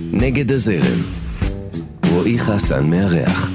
נגד הזרם. רועי חסן מארח.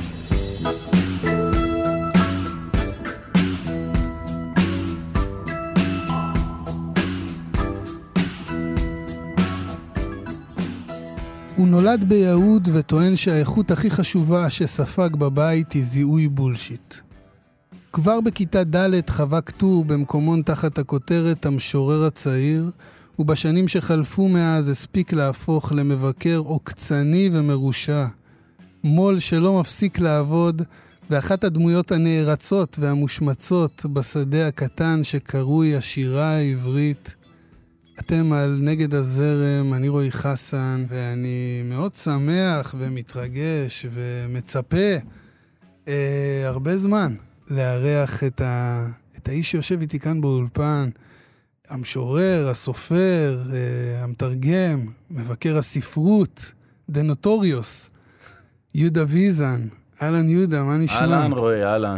הוא נולד ביהוד וטוען שהאיכות הכי חשובה שספג בבית היא זיהוי בולשיט. כבר בכיתה ד' חווה כתור במקומון תחת הכותרת המשורר הצעיר, ובשנים שחלפו מאז הספיק להפוך למבקר עוקצני ומרושע. מול שלא מפסיק לעבוד, ואחת הדמויות הנערצות והמושמצות בשדה הקטן שקרוי השירה העברית. אתם על נגד הזרם, אני רועי חסן, ואני מאוד שמח ומתרגש ומצפה הרבה זמן לארח את האיש שיושב איתי כאן באולפן, המשורר, הסופר, המתרגם, מבקר הספרות, דנוטוריוס, יהודה ויזן. אהלן יהודה, מה נשמע? אהלן רועי, אהלן.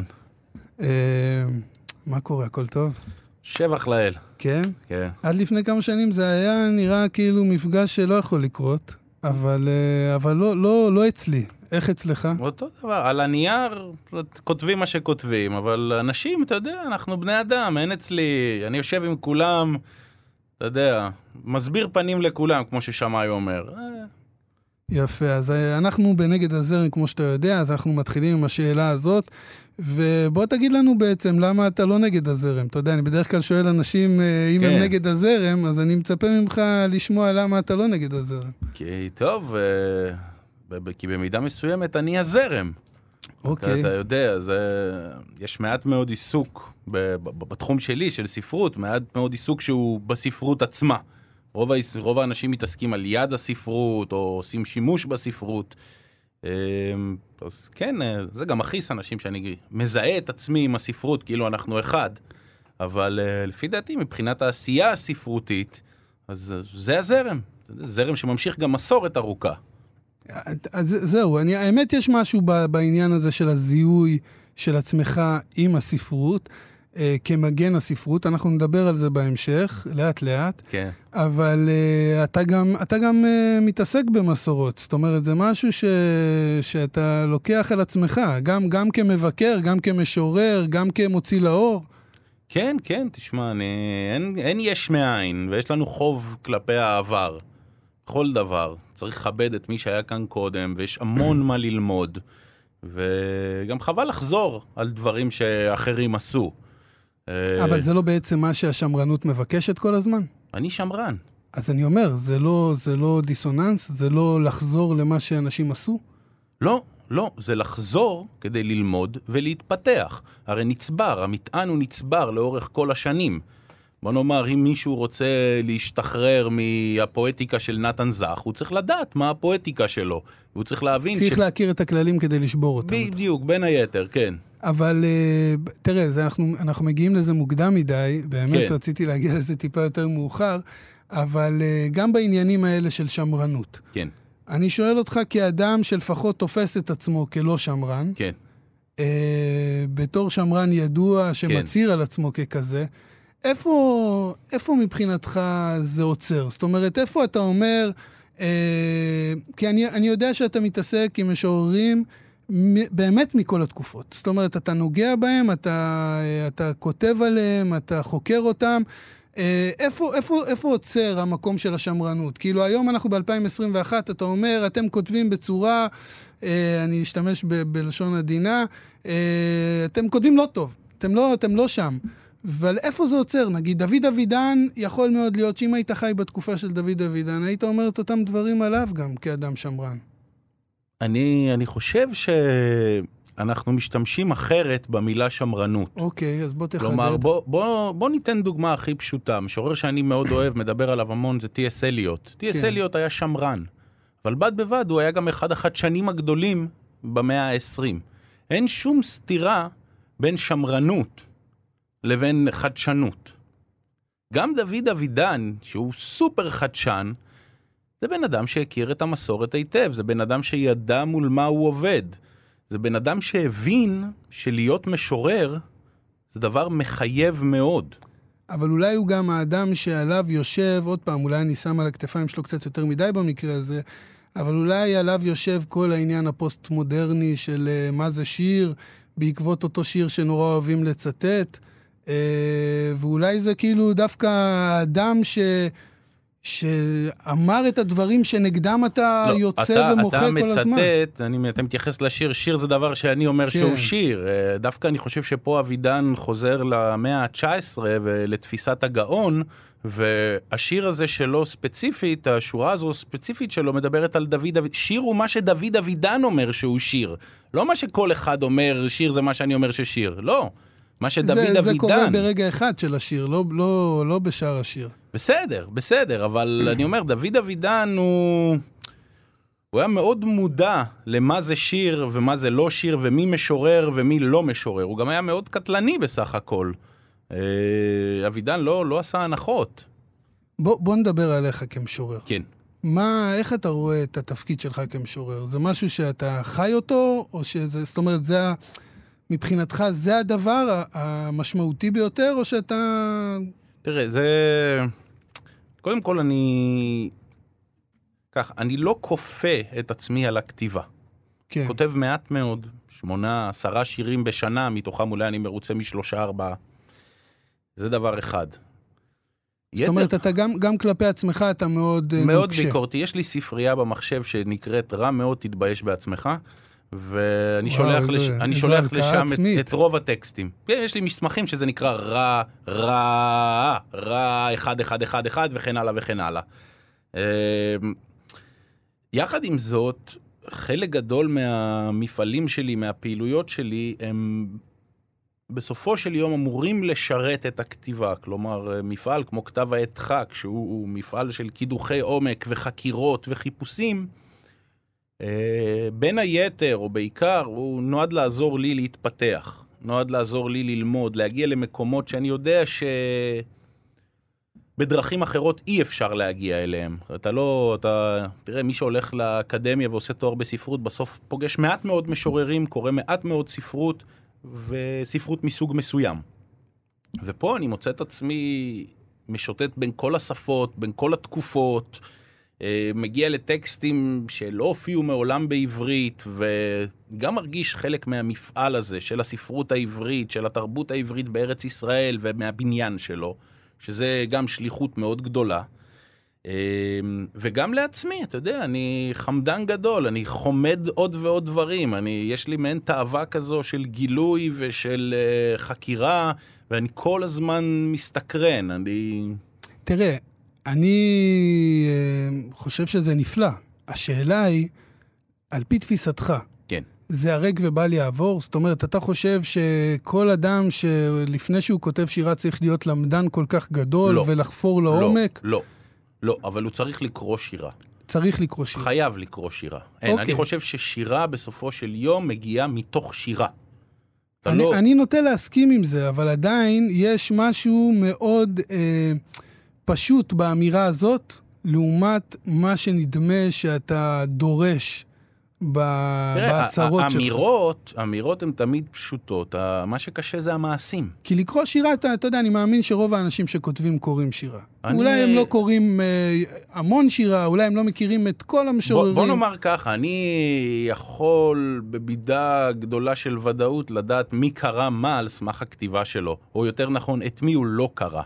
מה קורה, הכל טוב? שבח לאל. כן? כן. עד לפני כמה שנים זה היה נראה כאילו מפגש שלא יכול לקרות, אבל לא אצלי. איך אצלך? אותו דבר, על הנייר כותבים מה שכותבים, אבל אנשים, אתה יודע, אנחנו בני אדם, אין אצלי, אני יושב עם כולם, אתה יודע, מסביר פנים לכולם, כמו ששמאי אומר. יפה, אז אנחנו בנגד הזרם, כמו שאתה יודע, אז אנחנו מתחילים עם השאלה הזאת, ובוא תגיד לנו בעצם למה אתה לא נגד הזרם. אתה יודע, אני בדרך כלל שואל אנשים אם הם נגד הזרם, אז אני מצפה ממך לשמוע למה אתה לא נגד הזרם. כי טוב, כי במידה מסוימת אני הזרם. אוקיי. אתה יודע, יש מעט מאוד עיסוק בתחום שלי, של ספרות, מעט מאוד עיסוק שהוא בספרות עצמה. רוב האנשים מתעסקים על יד הספרות, או עושים שימוש בספרות. אז כן, זה גם מכעיס אנשים שאני מזהה את עצמי עם הספרות, כאילו אנחנו אחד. אבל לפי דעתי, מבחינת העשייה הספרותית, אז זה הזרם. זרם שממשיך גם מסורת ארוכה. אז זהו, האמת יש משהו בעניין הזה של הזיהוי של עצמך עם הספרות, כמגן הספרות, אנחנו נדבר על זה בהמשך, לאט לאט, כן. אבל אתה גם מתעסק במסורות, זאת אומרת, זה משהו שאתה לוקח על עצמך, גם כמבקר, גם כמשורר, גם כמוציא לאור. כן, כן, תשמע, אין יש מאין, ויש לנו חוב כלפי העבר, כל דבר. צריך לכבד את מי שהיה כאן קודם, ויש המון מה ללמוד, וגם חבל לחזור על דברים שאחרים עשו. אבל זה לא בעצם מה שהשמרנות מבקשת כל הזמן? אני שמרן. אז אני אומר, זה לא דיסוננס? זה לא לחזור למה שאנשים עשו? לא, לא, זה לחזור כדי ללמוד ולהתפתח. הרי נצבר, המטען הוא נצבר לאורך כל השנים. בוא נאמר, אם מישהו רוצה להשתחרר מהפואטיקה של נתן זך, הוא צריך לדעת מה הפואטיקה שלו. הוא צריך להבין צריך להכיר את הכללים כדי לשבור אותם. בדיוק, בין היתר, כן. אבל תראה, אנחנו מגיעים לזה מוקדם מדי, באמת רציתי להגיע לזה טיפה יותר מאוחר, אבל גם בעניינים האלה של שמרנות. כן. אני שואל אותך כאדם שלפחות תופס את עצמו כלא שמרן, כן. בתור שמרן ידוע שמצהיר על עצמו ככזה, איפה מבחינתך זה עוצר? זאת אומרת, איפה אתה אומר, כי אני יודע שאתה מתעסק עם משוררים באמת מכל התקופות. זאת אומרת, אתה נוגע בהם, אתה כותב עליהם, אתה חוקר אותם. איפה עוצר המקום של השמרנות? כאילו היום אנחנו ב-2021, אתה אומר, אתם כותבים בצורה, אני אשתמש בלשון עדינה, אתם כותבים לא טוב, אתם לא שם. אבל איפה זה עוצר? נגיד, דוד אבידן יכול מאוד להיות שאם היית חי בתקופה של דוד אבידן, היית אומר את אותם דברים עליו גם כאדם שמרן. אני חושב שאנחנו משתמשים אחרת במילה שמרנות. אוקיי, אז בוא תחדד. כלומר, בוא ניתן דוגמה הכי פשוטה. משורר שאני מאוד אוהב, מדבר עליו המון, זה טי.אס. אליוט. טי.אס. אליוט היה שמרן, אבל בד בבד הוא היה גם אחד החדשנים הגדולים במאה ה-20. אין שום סתירה בין שמרנות לבין חדשנות. גם דוד אבידן, שהוא סופר חדשן, זה בן אדם שהכיר את המסורת היטב, זה בן אדם שידע מול מה הוא עובד, זה בן אדם שהבין שלהיות משורר זה דבר מחייב מאוד. אבל אולי הוא גם האדם שעליו יושב, עוד פעם, אולי אני שם על הכתפיים שלו קצת יותר מדי במקרה הזה, אבל אולי עליו יושב כל העניין הפוסט-מודרני של מה זה שיר, בעקבות אותו שיר שנורא אוהבים לצטט, ואולי זה כאילו דווקא האדם שאמר את הדברים שנגדם אתה יוצא ומוחה כל הזמן. אתה מצטט, אתה מתייחס לשיר, שיר זה דבר שאני אומר שהוא שיר. דווקא אני חושב שפה אבידן חוזר למאה ה-19 ולתפיסת הגאון, והשיר הזה שלו ספציפית, השורה הזו ספציפית שלו מדברת על דוד, שיר הוא מה שדוד אבידן אומר שהוא שיר. לא מה שכל אחד אומר, שיר זה מה שאני אומר ששיר. לא. מה שדוד אבידן... זה קורה ברגע אחד של השיר, לא בשאר השיר. בסדר, אבל אני אומר, דוד אבידן הוא היה מאוד מודע למה זה שיר ומה זה לא שיר, ומי משורר ומי לא משורר. הוא גם היה מאוד קטלני בסך הכל. אבידן לא עשה הנחות. בוא נדבר עליך כמשורר. כן. איך אתה רואה את התפקיד שלך כמשורר? זה משהו שאתה חי אותו, או שזה, זאת אומרת, מבחינתך זה הדבר המשמעותי ביותר, או שאתה... תראה, קודם כל אני לא כופה את עצמי על הכתיבה. כן. כותב מעט מאוד, 8-10 שירים בשנה, מתוכם אולי אני מרוצה מ3-4. זה דבר אחד. זאת אומרת, אתה גם כלפי עצמך אתה מאוד מאוד ביקורתי. יש לי ספרייה במחשב שנקראת רע מאוד תתבייש בעצמך, ואני שולח לשם את רוב הטקסטים. יש לי מסמכים שזה נקרא רע 1-1-1-1 וכן הלאה וכן הלאה. יחד עם זאת, חלק גדול מהמפעלים שלי, מהפעילויות שלי, הם בסופו של יום אמורים לשרת את הכתיבה. כלומר, מפעל כמו כתב העת דחק, שהוא מפעל של קידוחי עומק וחקירות וחיפושים, בין היתר או בעיקר הוא נועד לעזור לי להתפתח, נועד לעזור לי ללמוד, להגיע למקומות שאני יודע שבדרכים אחרות אי אפשר להגיע אליהם. תראה, מי שהולך לאקדמיה ועושה תואר בספרות, בסוף פוגש מעט מאוד משוררים, קורא מעט מאוד ספרות, וספרות מסוג מסוים. ופה אני מוצא את עצמי משוטט בין כל השפות, בין כל התקופות, מגיע לטקסטים שלא הופיעו מעולם בעברית, וגם מרגיש חלק מהמפעל הזה של הספרות העברית, של התרבות העברית בארץ ישראל ומהבניין שלו, שזה גם שליחות מאוד גדולה. וגם לעצמי, אתה יודע, אני חמדן גדול, אני חומד עוד ועוד דברים, יש לי מעין תאווה כזו של גילוי ושל חקירה, ואני כל הזמן מסתקרן, תראה, אני חושב שזה נפלא. השאלה היא, על פי תפיסתך, כן. זה הרג ובל יעבור? זאת אומרת, אתה חושב שכל אדם שלפני שהוא כותב שירה צריך להיות למדן כל כך גדול לא. ולחפור לעומק? לא, אבל הוא צריך לקרוא שירה. צריך לקרוא שירה. חייב לקרוא שירה. אני חושב ששירה בסופו של יום מגיעה מתוך שירה. אני נוטה להסכים עם זה, אבל עדיין יש משהו מאוד פשוט באמירה הזאת, לעומת מה שנדמה שאתה דורש בהצהרות שלך. האמירות הן תמיד פשוטות, מה שקשה זה המעשים. כי לקרוא שירה, אתה יודע, אני מאמין שרוב האנשים שכותבים קוראים שירה. אולי הם לא קוראים המון שירה, אולי הם לא מכירים את כל המשוררים. בוא נאמר ככה, אני יכול בבידה גדולה של ודאות לדעת מי קרא מה על סמך הכתיבה שלו, או יותר נכון, את מי הוא לא קרא.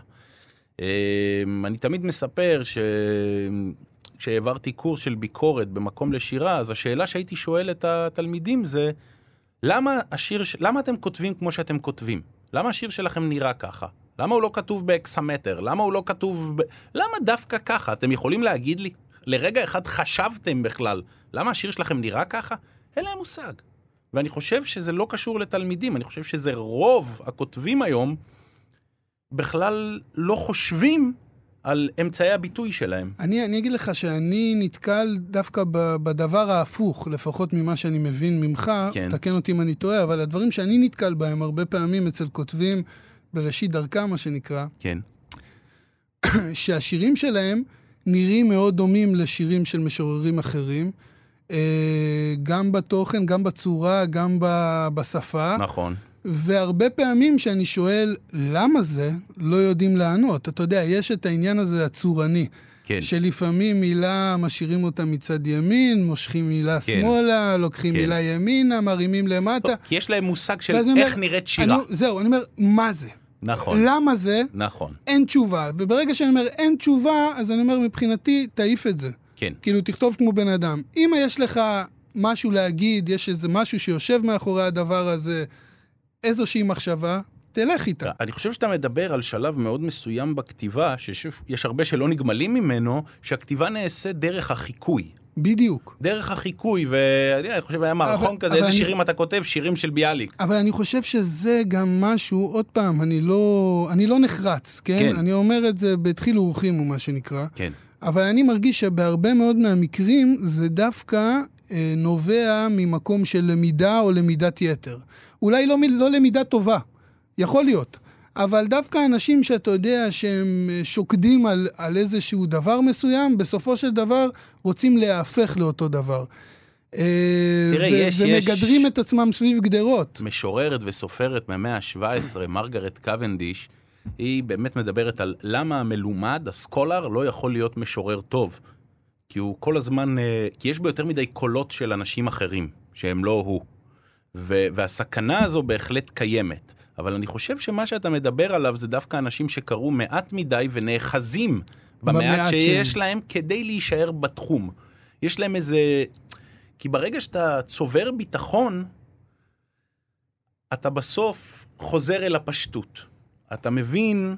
אני תמיד מספר שהעברתי קורס של ביקורת במקום לשירה, אז השאלה שהייתי שואל את התלמידים זה, למה אתם כותבים כמו שאתם כותבים? למה השיר שלכם נראה ככה? למה הוא לא כתוב באקסמטר? למה הוא לא כתוב... למה דווקא ככה? אתם יכולים להגיד לי, לרגע אחד חשבתם בכלל, למה השיר שלכם נראה ככה? אין להם מושג. ואני חושב שזה לא קשור לתלמידים, אני חושב שזה רוב הכותבים היום, בכלל לא חושבים על אמצעי הביטוי שלהם. אני אגיד לך שאני נתקל דווקא בדבר ההפוך, לפחות ממה שאני מבין ממך, כן. תקן אותי אם אני טועה, אבל הדברים שאני נתקל בהם הרבה פעמים אצל כותבים בראשית דרכם, מה שנקרא, כן. שהשירים שלהם נראים מאוד דומים לשירים של משוררים אחרים, גם בתוכן, גם בצורה, גם בשפה. נכון. והרבה פעמים שאני שואל למה זה, לא יודעים לענות. אתה יודע, יש את העניין הזה הצורני. כן. שלפעמים מילה משאירים אותה מצד ימין, מושכים מילה שמאלה, לוקחים מילה ימינה, מרימים למטה. כי יש להם מושג של איך נראית שירה. זהו, אני אומר, מה זה? נכון. למה זה? נכון. אין תשובה. וברגע שאני אומר אין תשובה, אז אני אומר מבחינתי, תעיף את זה. כן. כאילו, תכתוב כמו בן אדם. אם יש לך משהו להגיד, יש איזה משהו שיושב מאחורי הדבר הזה, איזושהי מחשבה, תלך איתה. אני חושב שאתה מדבר על שלב מאוד מסוים בכתיבה, שיש הרבה שלא נגמלים ממנו, שהכתיבה נעשה דרך החיקוי. בדיוק. דרך החיקוי, ואני חושב היה מערכון כזה, איזה שירים אתה כותב? שירים של ביאליק. אבל אני חושב שזה גם משהו, עוד פעם, אני לא נחרץ, כן? כן. אני אומר את זה בתחיל אורחים, או מה שנקרא. כן. אבל אני מרגיש שבהרבה מאוד מהמקרים, זה דווקא נובע ממקום של למידה או למידת יתר. אולי לא למידה טובה, יכול להיות. אבל דווקא אנשים שאתה יודע שהם שוקדים על איזשהו דבר מסוים, בסופו של דבר רוצים להפך לאותו דבר. תראה, ומגדרים את עצמם סביב גדרות. משוררת וסופרת מהמאה ה-17, מרגרט קוונדיש, היא באמת מדברת על למה המלומד, הסקולר, לא יכול להיות משורר טוב. כי הוא כל הזמן, כי יש בו יותר מדי קולות של אנשים אחרים, שהם לא הוא. והסכנה הזו בהחלט קיימת. אבל אני חושב שמה שאתה מדבר עליו זה דווקא אנשים שקראו מעט מדי ונאחזים במעט שיש להם כדי להישאר בתחום. יש להם איזה... כי ברגע שאתה צובר ביטחון, אתה בסוף חוזר אל הפשטות. אתה מבין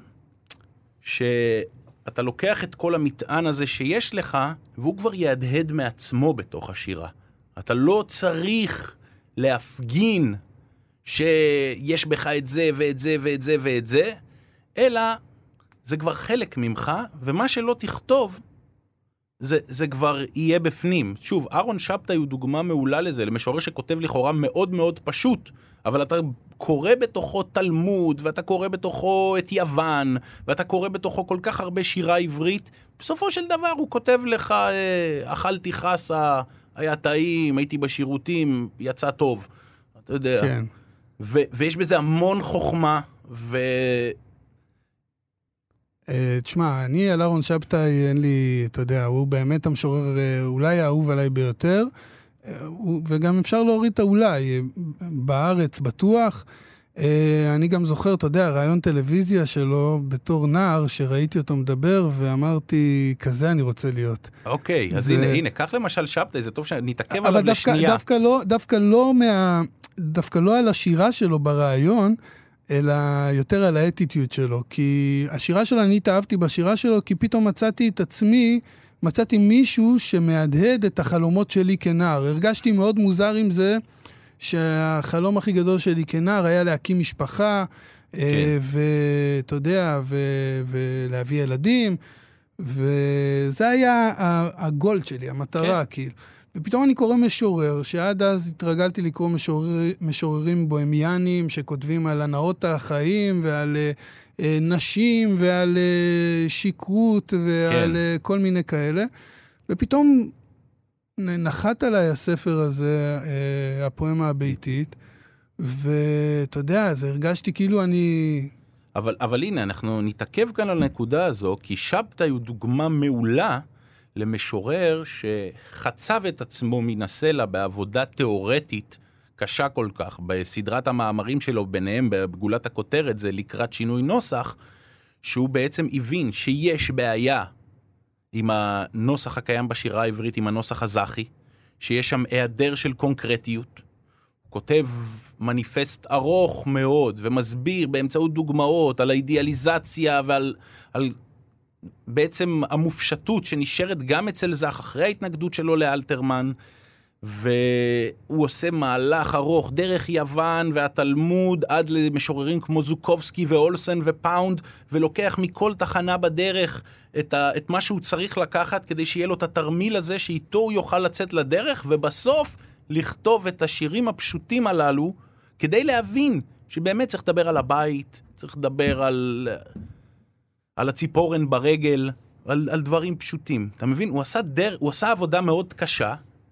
שאתה לוקח את כל המטען הזה שיש לך, והוא כבר יהדהד מעצמו בתוך השירה. אתה לא צריך להפגין שיש בך את זה ואת זה ואת זה ואת זה, אלא זה כבר חלק ממך, ומה שלא תכתוב, זה כבר יהיה בפנים. שוב, אהרון שבתאי הוא דוגמה מעולה לזה, למשורר שכותב לכאורה מאוד מאוד פשוט, אבל אתה קורא בתוכו תלמוד, ואתה קורא בתוכו את יוון, ואתה קורא בתוכו כל כך הרבה שירה עברית, בסופו של דבר הוא כותב לך, אכלתי חסה, היה טעים, הייתי בשירותים, יצא טוב. אתה יודע. כן. ויש בזה המון חוכמה, תשמע, אני על אהרון שבתאי, אין לי, אתה יודע, הוא באמת המשורר אולי האהוב עליי ביותר, וגם אפשר להוריד את האולי, בארץ בטוח. אני גם זוכר, אתה יודע, רעיון טלוויזיה שלו בתור נער, שראיתי אותו מדבר, ואמרתי, כזה אני רוצה להיות. אוקיי, אז הנה, קח למשל שבתאי, זה טוב שנתעכב עליו לשנייה. דווקא לא על השירה שלו ברעיון, אלא יותר על האטיטיוד שלו. כי השירה שלו, אני התאהבתי בשירה שלו, כי פתאום מצאתי מישהו שמהדהד את החלומות שלי כנער. הרגשתי מאוד מוזר עם זה, שהחלום הכי גדול שלי כנער היה להקים משפחה, ואתה יודע, ולהביא ילדים, וזה היה הגולד שלי, המטרה, כאילו. ופתאום אני קורא משורר, שעד אז התרגלתי לקרוא משוררים בוהמיאנים, שכותבים על הנאות החיים, ועל נשים, ועל שיקרות, ועל כל מיני כאלה. ופתאום נחת עליי הספר הזה, הפואמה הביתית, ואתה יודע, אז הרגשתי כאילו אני... אבל הנה, אנחנו נתעכב כאן על הנקודה הזו, כי שבתאי הוא דוגמה מעולה, למשורר שחצב את עצמו מן הסלע בעבודה תיאורטית קשה כל כך, בסדרת המאמרים שלו, ביניהם בגולת הכותרת, זה לקראת שינוי נוסח, שהוא בעצם הבין שיש בעיה עם הנוסח הקיים בשירה העברית, עם הנוסח הזכי, שיש שם היעדר של קונקרטיות. הוא כותב מניפסט ארוך מאוד, ומסביר באמצעות דוגמאות על האידיאליזציה ועל בעצם המופשטות שנשארת גם אצל זך אחרי ההתנגדות שלו לאלתרמן, והוא עושה מהלך ארוך דרך יוון והתלמוד עד למשוררים כמו זוקובסקי ואולסן ופאונד, ולוקח מכל תחנה בדרך את מה שהוא צריך לקחת כדי שיהיה לו את התרמיל הזה שאיתו הוא יוכל לצאת לדרך, ובסוף לכתוב את השירים הפשוטים הללו כדי להבין שבאמת צריך לדבר על הבית, צריך לדבר על הציפורן ברגל, על דברים פשוטים. אתה מבין? הוא עשה עבודה מאוד קשה,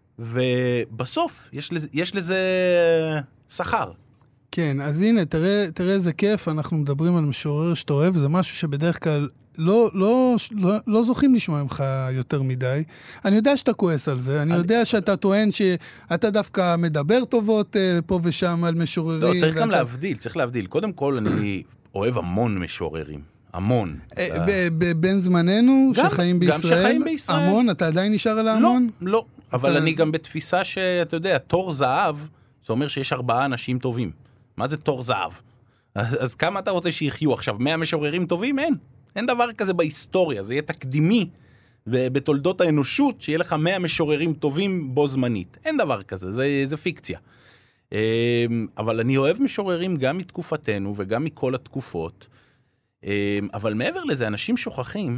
ובסוף יש לזה שכר. כן, אז הנה, תראה איזה כיף, אנחנו מדברים על משורר שאתה אוהב, זה משהו שבדרך כלל לא זוכים לשמוע ממך יותר מדי. אני יודע שאתה כועס על זה, אני יודע שאתה טוען שאתה דווקא מדבר טובות פה ושם על משוררים. לא, צריך גם להבדיל, צריך להבדיל. קודם כל, אני אוהב המון משוררים. המון. בין זמננו, שחיים בישראל? גם שחיים בישראל. המון? אתה עדיין נשאר על ההמון? לא. אבל אני גם בתפיסה שאתה יודע, תור זהב, זה אומר שיש 4 אנשים טובים. מה זה תור זהב? אז כמה אתה רוצה שיחיו עכשיו? 100 משוררים טובים? אין דבר כזה בהיסטוריה, זה יהיה תקדימי בתולדות האנושות, שיהיה לך 100 משוררים טובים בו זמנית. אין דבר כזה, זה פיקציה. אבל אני אוהב משוררים גם מתקופתנו וגם מכל התקופות, אבל מעבר לזה, אנשים שוכחים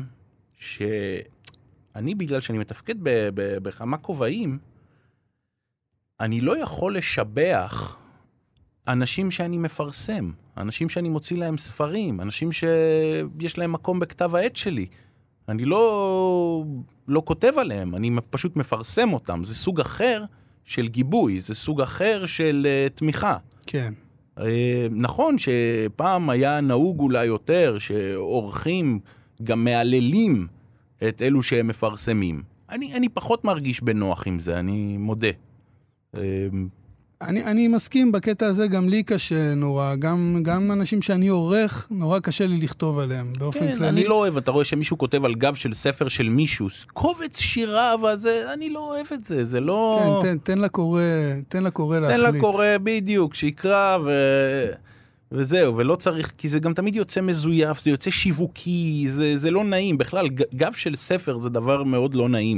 שאני, בגלל שאני מתפקד בכמה כובעים, אני לא יכול לשבח אנשים שאני מפרסם, אנשים שאני מוציא להם ספרים, אנשים שיש להם מקום בכתב העת שלי. אני לא כותב עליהם, אני פשוט מפרסם אותם. זה סוג אחר של גיבוי, זה סוג אחר של תמיכה. כן. נכון שפעם היה נהוג אולי יותר, שעורכים גם מעללים את אלו שהם מפרסמים. אני פחות מרגיש בנוח עם זה, אני מודה. אני מסכים בקטע הזה, גם לי קשה נורא, גם אנשים שאני עורך, נורא קשה לי לכתוב עליהם, באופן כללי. כן, אני לא אוהב, אתה רואה שמישהו כותב על גב של ספר של מישהו, קובץ שירה, אני לא אוהב את זה, זה לא... כן, תן לקורא להחליט. תן לקורא בדיוק, שיקרא וזהו, ולא צריך, כי זה גם תמיד יוצא מזויף, זה יוצא שיווקי, זה לא נעים, בכלל, גב של ספר זה דבר מאוד לא נעים.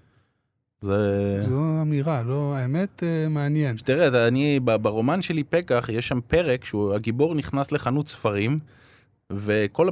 זו אמירה, לא, האמת מעניין. תראה, ברומן שלי פקח, יש שם פרק שהגיבור נכנס לחנות ספרים, וכל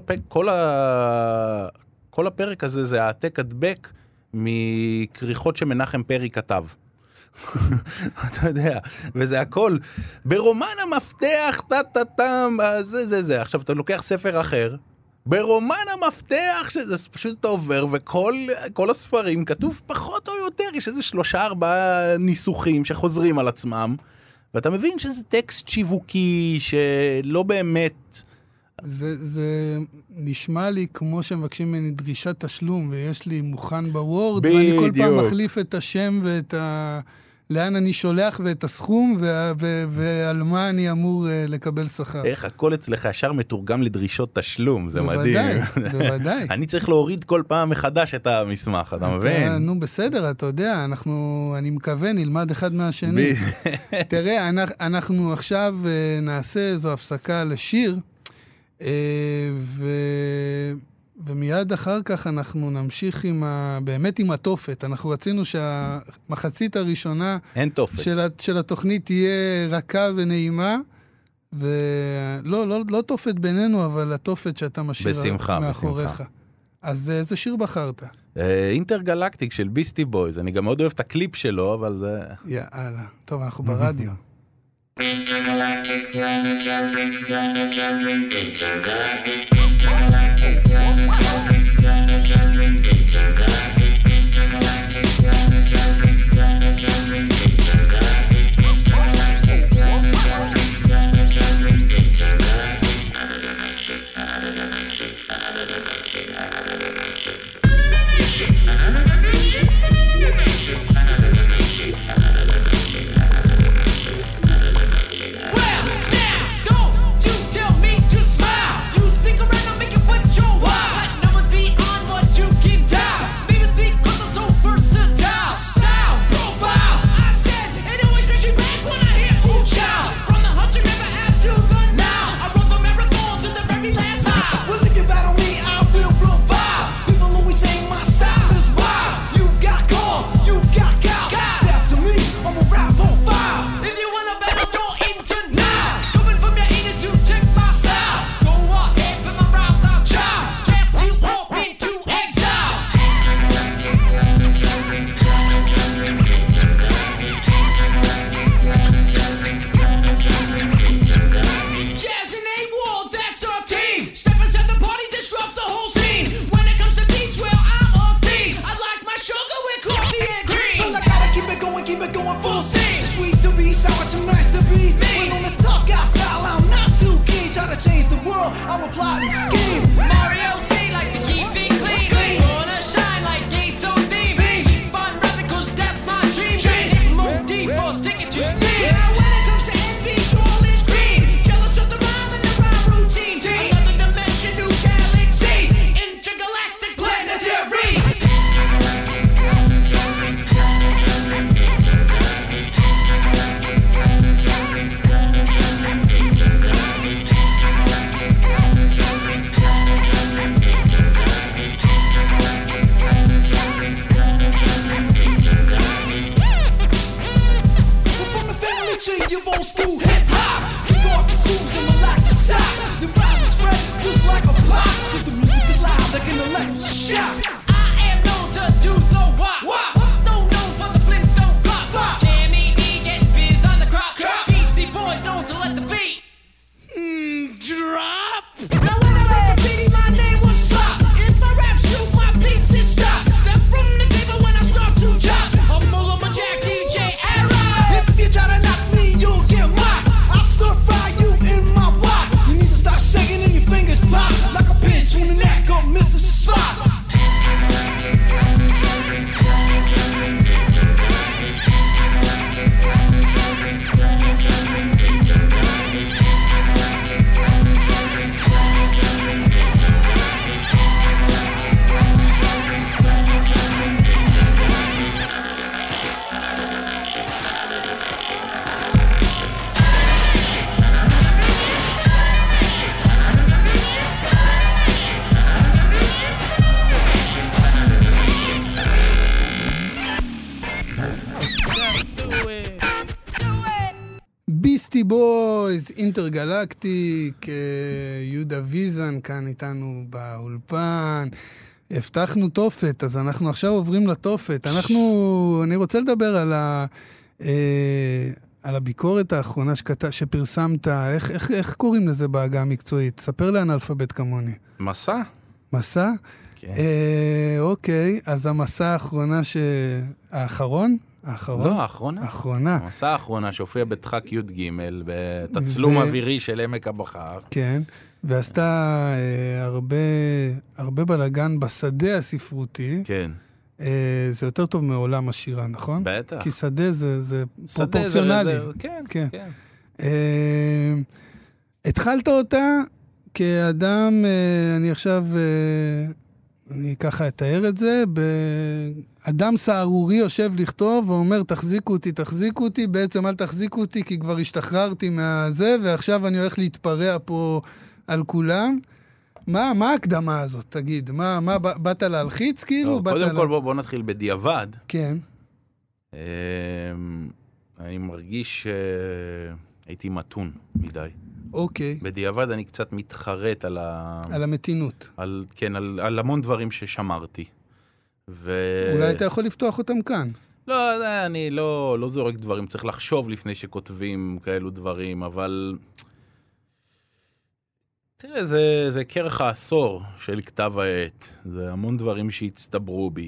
הפרק הזה זה העתק הדבק מכריכות שמנחם פרי כתב. אתה יודע, וזה הכל ברומן המפתח, זה. עכשיו אתה לוקח ספר אחר, ברומן המפתח, שזה פשוט אתה עובר, וכל הספרים כתוב פחות או יותר, יש איזה 3-4 ניסוחים שחוזרים על עצמם, ואתה מבין שזה טקסט שיווקי שלא באמת... זה נשמע לי כמו שמבקשים ממני דרישת תשלום, ויש לי מוכן בוורד, ואני כל פעם מחליף את השם ואת לאן אני שולח ואת הסכום, ועל מה אני אמור לקבל שכר. איך, הכל אצלך ישר מתורגם לדרישות תשלום, זה מדהים. בוודאי. אני צריך להוריד כל פעם מחדש את המסמך, אתה מבין? נו בסדר, אתה יודע, אני מקווה, נלמד אחד מהשני. תראה, אנחנו עכשיו נעשה איזו הפסקה לשיר, ומיד אחר כך אנחנו נמשיך באמת עם התופת. אנחנו רצינו שהמחצית הראשונה של התוכנית תהיה רכה ונעימה, ולא תופת בינינו, אבל התופת שאתה משאיר מאחוריך. בשמחה. אז איזה שיר בחרת? אינטרגלקטיק של ביסטי בויז. אני גם מאוד אוהב את הקליפ שלו, אבל זה... יאללה. טוב, אנחנו ברדיו. Change the world, I'm a plotting scheme. Mario C likes to keep ביסטי בויז, אינטרגלקטיק, יהודה ויזן כאן איתנו באולפן. הבטחנו תופת, אז אנחנו עכשיו עוברים לתופת. אני רוצה לדבר על הביקורת האחרונה שפרסמת. איך קוראים לזה בהגה המקצועית? ספר לאנאלפבית כמוני. מסע? מסע? כן. אוקיי, אז המסע האחרונה האחרון? לא, האחרונה. האחרונה. המסע האחרונה שהופיע בדחק י"ג, בתצלום אווירי של עמק הבכר. כן, ועשתה הרבה בלגן בשדה הספרותי. כן. זה יותר טוב מעולם השירה, נכון? בטח. כי שדה זה פרופורציונלי. כן, כן. כן. התחלת אותה כאדם, אני ככה אתאר את זה, אדם סערורי יושב לכתוב ואומר, תחזיקו אותי, בעצם אל תחזיקו אותי, כי כבר השתחררתי מהזה, ועכשיו אני הולך להתפרע פה על כולם. מה ההקדמה הזאת, תגיד? מה באת להלחיץ, כאילו? קודם כל בוא נתחיל בדיעבד. כן. אני מרגיש שהייתי מתון מדי. אוקיי. בדיעבד אני קצת מתחרט על המתינות. כן, על המון דברים ששמרתי. אולי אתה יכול לפתוח אותם כאן. לא, אני לא זורק דברים, צריך לחשוב לפני שכותבים כאלו דברים, אבל תראה, זה כרך העשור של כתב העת. זה המון דברים שהצטברו בי.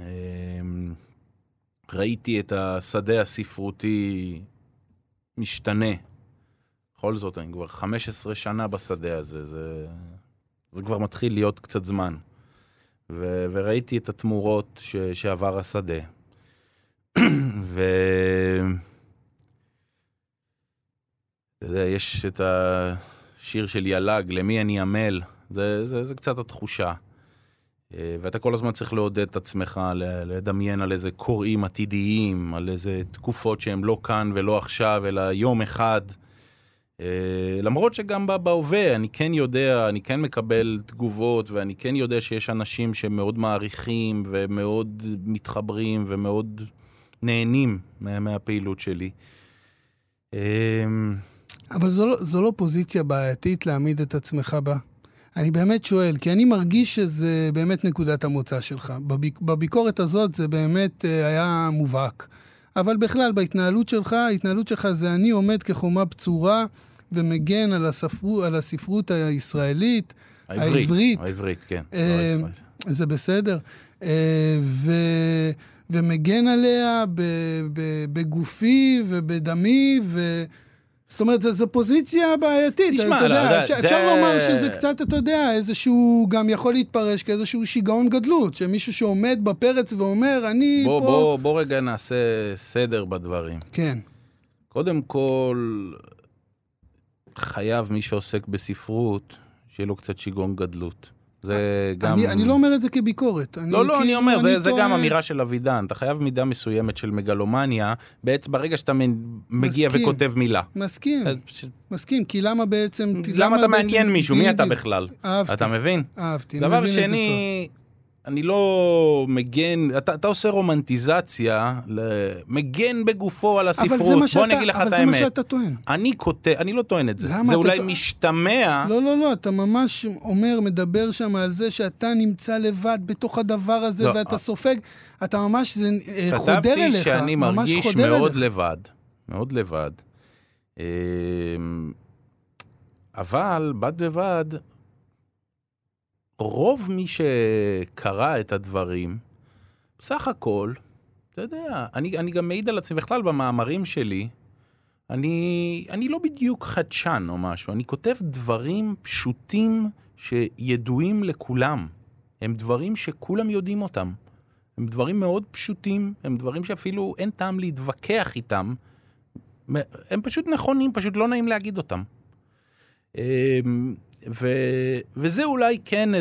ראיתי את השדה הספרותי משתנה. בכל זאת, אני כבר 15 שנה בשדה הזה, זה כבר מתחיל להיות קצת זמן. וראיתי את התמורות שעבר השדה. יש את השיר של ילג, למי אני עמל, זה קצת התחושה. ואתה כל הזמן צריך לעודד את עצמך, לדמיין על איזה קוראים עתידיים, על איזה תקופות שהם לא כאן ולא עכשיו, אלא יום אחד. למרות שגם בהווה, אני כן יודע, אני כן מקבל תגובות, ואני כן יודע שיש אנשים שמאוד מעריכים, ומאוד מתחברים, ומאוד נהנים מהפעילות שלי. אבל זו לא פוזיציה בעייתית להעמיד את עצמך בה. אני באמת שואל, כי אני מרגיש שזה באמת נקודת המוצא שלך. בביקורת הזאת זה באמת היה מובהק. אבל בכלל, ההתנהלות שלך זה אני עומד כחומה בצורה ומגן על הספרות הישראלית, העברית. העברית, כן. זה בסדר. ומגן עליה בגופי ובדמי זאת אומרת, זו פוזיציה בעייתית. תשמע, אפשר לומר שזה קצת, אתה יודע, איזשהו, גם יכול להתפרש כאיזשהו שיגעון גדלות, שמישהו שעומד בפרץ ואומר, אני פה... בוא רגע נעשה סדר בדברים. כן. קודם כל, חייב מי שעוסק בספרות, שיהיה לו קצת שיגעון גדלות. זה גם... אני לא אומר את זה כביקורת. אני אומר, זה גם אמירה של אבידן. אתה חייב מידה מסוימת של מגלומניה, בעצם ברגע שאתה מגיע וכותב מילה. מסכים, כי למה בעצם... למה אתה מעניין מישהו? מי אתה בכלל? אהבתי. אתה מבין? אהבתי. דבר שני, אני לא מגן, אתה עושה רומנטיזציה, מגן בגופו על הספרות. בוא נגיד לך את האמת. אבל זה מה שאתה טוען. אני לא טוען את זה. זה אולי משתמע. לא, אתה ממש מדבר שם על זה שאתה נמצא לבד בתוך הדבר הזה, ואתה סופג, אתה ממש, זה חודר אליך. כתבתי שאני מרגיש מאוד לבד. מאוד לבד. אבל בד בבד, רוב מי שקרא את הדברים, בסך הכל, אתה יודע, אני גם מעיד על עצמי בכלל במאמרים שלי, אני לא בדיוק חדשן או משהו, אני כותב דברים פשוטים שידועים לכולם. הם דברים שכולם יודעים אותם. הם דברים מאוד פשוטים, הם דברים שאפילו אין טעם להתווכח איתם. הם פשוט נכונים, פשוט לא נעים להגיד אותם. וזה אולי כן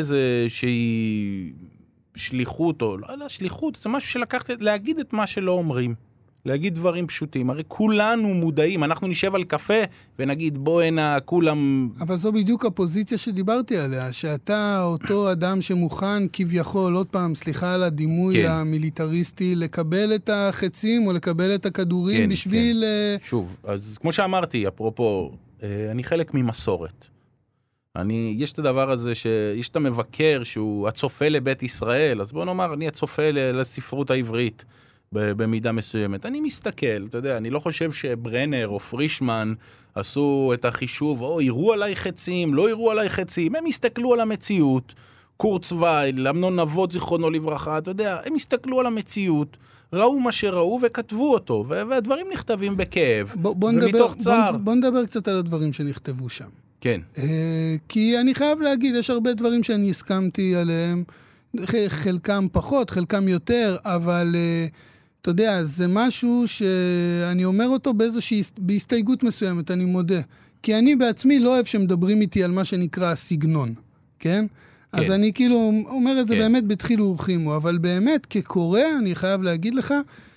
איזושהי שליחות, או לא שליחות, זה משהו שלקחת להגיד את מה שלא אומרים. להגיד דברים פשוטים. הרי כולנו מודעים, אנחנו נשב על קפה ונגיד בוא הנה כולם... אבל זו בדיוק הפוזיציה שדיברתי עליה, שאתה אותו אדם שמוכן כביכול, עוד פעם, סליחה על הדימוי המיליטריסטי, לקבל את החצים או לקבל את הכדורים בשביל... שוב, אז כמו שאמרתי, אפרופו, אני חלק ממסורת. יש את הדבר הזה שיש את המבקר שהוא הצופה לבית ישראל, אז בוא נאמר, אני הצופה לספרות העברית במידה מסוימת. אני מסתכל, אתה יודע, אני לא חושב שברנר או פרישמן עשו את החישוב, או יראו עליי חצים, לא יראו עליי חצים, הם הסתכלו על המציאות, קורצווייל, אמנון נבות זיכרונו לברכה, אתה יודע, הם הסתכלו על המציאות, ראו מה שראו וכתבו אותו, והדברים נכתבים בכאב, ומתוך צער. בוא נדבר קצת על הדברים שנכתבו שם. כן. כי אני חייב להגיד, יש הרבה דברים שאני הסכמתי עליהם, חלקם פחות, חלקם יותר, אבל אתה יודע, זה משהו שאני אומר אותו בהסתייגות מסוימת, אני מודה. כי אני בעצמי לא אוהב שמדברים איתי על מה שנקרא הסגנון, כן? אז אני כאילו אומר את זה באמת בתחיל ורחימו, אבל באמת כקורא אני חייב להגיד לך